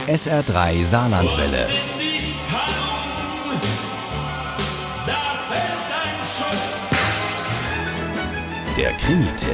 SR3 Saarlandwelle. Der Krimi-Tipp.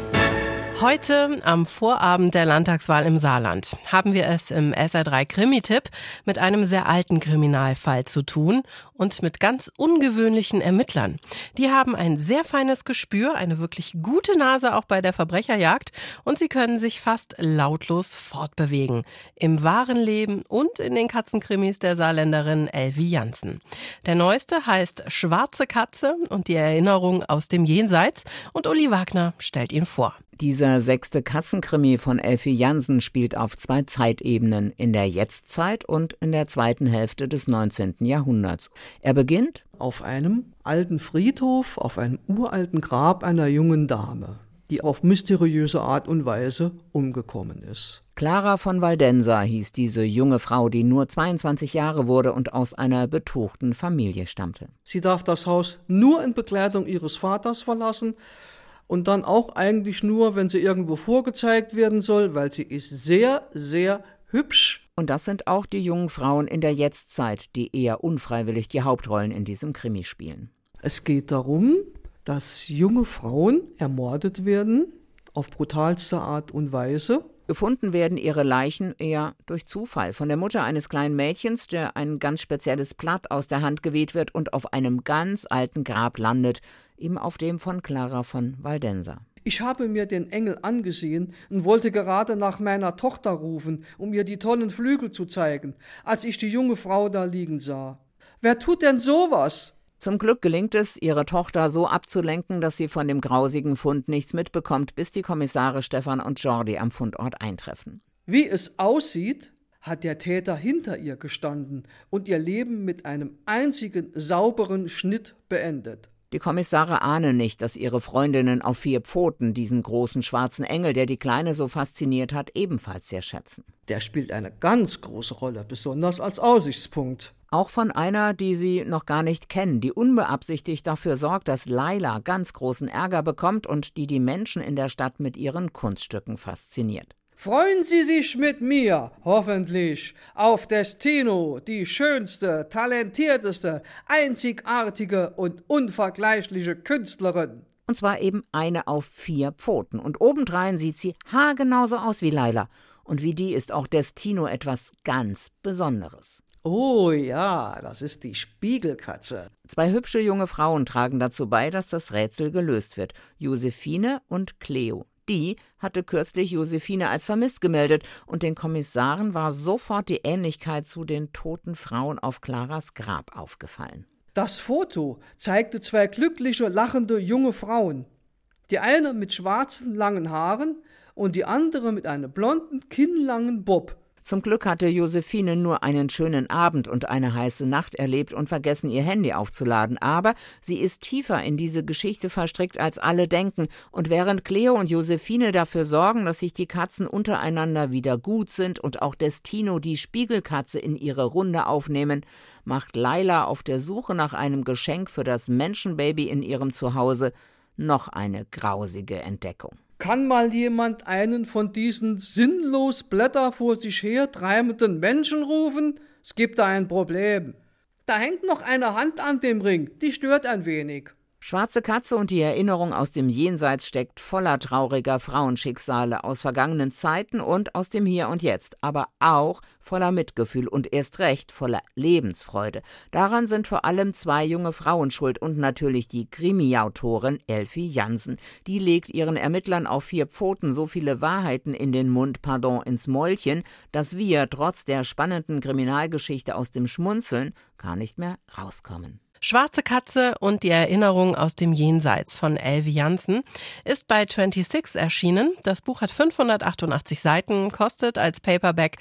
Heute, am Vorabend der Landtagswahl im Saarland, haben wir es im SR3 Krimi-Tipp mit einem sehr alten Kriminalfall zu tun und mit ganz ungewöhnlichen Ermittlern. Die haben ein sehr feines Gespür, eine wirklich gute Nase auch bei der Verbrecherjagd und sie können sich fast lautlos fortbewegen. Im wahren Leben und in den Katzenkrimis der Saarländerin Elvi Jansen. Der neueste heißt Schwarze Katze und die Erinnerung aus dem Jenseits und Uli Wagner stellt ihn vor. Dieser 6. Katzenkrimi von Elvi Jansen spielt auf 2 Zeitebenen, in der Jetztzeit und in der zweiten Hälfte des 19. Jahrhunderts. Er beginnt auf einem alten Friedhof, auf einem uralten Grab einer jungen Dame, die auf mysteriöse Art und Weise umgekommen ist. Clara von Waldenser hieß diese junge Frau, die nur 22 Jahre wurde und aus einer betuchten Familie stammte. Sie darf das Haus nur in Begleitung ihres Vaters verlassen. Und dann auch eigentlich nur, wenn sie irgendwo vorgezeigt werden soll, weil sie ist sehr, sehr hübsch. Und das sind auch die jungen Frauen in der Jetztzeit, die eher unfreiwillig die Hauptrollen in diesem Krimi spielen. Es geht darum, dass junge Frauen ermordet werden, auf brutalste Art und Weise. Gefunden werden ihre Leichen eher durch Zufall von der Mutter eines kleinen Mädchens, der ein ganz spezielles Blatt aus der Hand geweht wird und auf einem ganz alten Grab landet, eben auf dem von Clara von Waldenser. Ich habe mir den Engel angesehen und wollte gerade nach meiner Tochter rufen, um ihr die tollen Flügel zu zeigen, als ich die junge Frau da liegen sah. Wer tut denn sowas? Zum Glück gelingt es, ihre Tochter so abzulenken, dass sie von dem grausigen Fund nichts mitbekommt, bis die Kommissare Stefan und Jordi am Fundort eintreffen. Wie es aussieht, hat der Täter hinter ihr gestanden und ihr Leben mit einem einzigen sauberen Schnitt beendet. Die Kommissare ahnen nicht, dass ihre Freundinnen auf 4 Pfoten diesen großen schwarzen Engel, der die Kleine so fasziniert hat, ebenfalls sehr schätzen. Der spielt eine ganz große Rolle, besonders als Aussichtspunkt. Auch von einer, die sie noch gar nicht kennen, die unbeabsichtigt dafür sorgt, dass Laila ganz großen Ärger bekommt und die Menschen in der Stadt mit ihren Kunststücken fasziniert. Freuen Sie sich mit mir, hoffentlich, auf Destino, die schönste, talentierteste, einzigartige und unvergleichliche Künstlerin. Und zwar eben eine auf 4 Pfoten. Und obendrein sieht sie haargenauso aus wie Laila. Und wie die ist auch Destino etwas ganz Besonderes. Oh ja, das ist die Spiegelkatze. 2 hübsche junge Frauen tragen dazu bei, dass das Rätsel gelöst wird. Josephine und Cleo. Die hatte kürzlich Josephine als vermisst gemeldet und den Kommissaren war sofort die Ähnlichkeit zu den toten Frauen auf Claras Grab aufgefallen. Das Foto zeigte 2 glückliche, lachende junge Frauen. Die eine mit schwarzen, langen Haaren und die andere mit einem blonden, kinnlangen Bob. Zum Glück hatte Josephine nur einen schönen Abend und eine heiße Nacht erlebt und vergessen, ihr Handy aufzuladen. Aber sie ist tiefer in diese Geschichte verstrickt, als alle denken. Und während Cleo und Josephine dafür sorgen, dass sich die Katzen untereinander wieder gut sind und auch Destino die Spiegelkatze in ihre Runde aufnehmen, macht Laila auf der Suche nach einem Geschenk für das Menschenbaby in ihrem Zuhause noch eine grausige Entdeckung. Kann mal jemand einen von diesen sinnlos Blätter vor sich her treibenden Menschen rufen? Es gibt da ein Problem. Da hängt noch eine Hand an dem Ring, die stört ein wenig. Schwarze Katze und die Erinnerung aus dem Jenseits steckt voller trauriger Frauenschicksale aus vergangenen Zeiten und aus dem Hier und Jetzt, aber auch voller Mitgefühl und erst recht voller Lebensfreude. Daran sind vor allem 2 junge Frauen schuld und natürlich die Krimi-Autorin Elvi Jansen. Die legt ihren Ermittlern auf 4 Pfoten so viele Wahrheiten in den Mund, ins Mäulchen, dass wir trotz der spannenden Kriminalgeschichte aus dem Schmunzeln gar nicht mehr rauskommen. Schwarze Katze und die Erinnerung aus dem Jenseits von Elvi Jansen ist bei 26 erschienen. Das Buch hat 588 Seiten, kostet als Paperback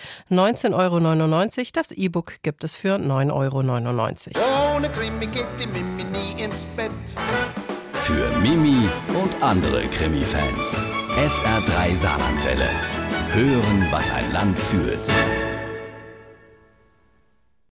19,99 €. Das E-Book gibt es für 9,99 €. Ohne Krimi geht die Mimi nie ins Bett. Für Mimi und andere Krimi-Fans. SR3 Saarlandwelle. Hören, was ein Land fühlt.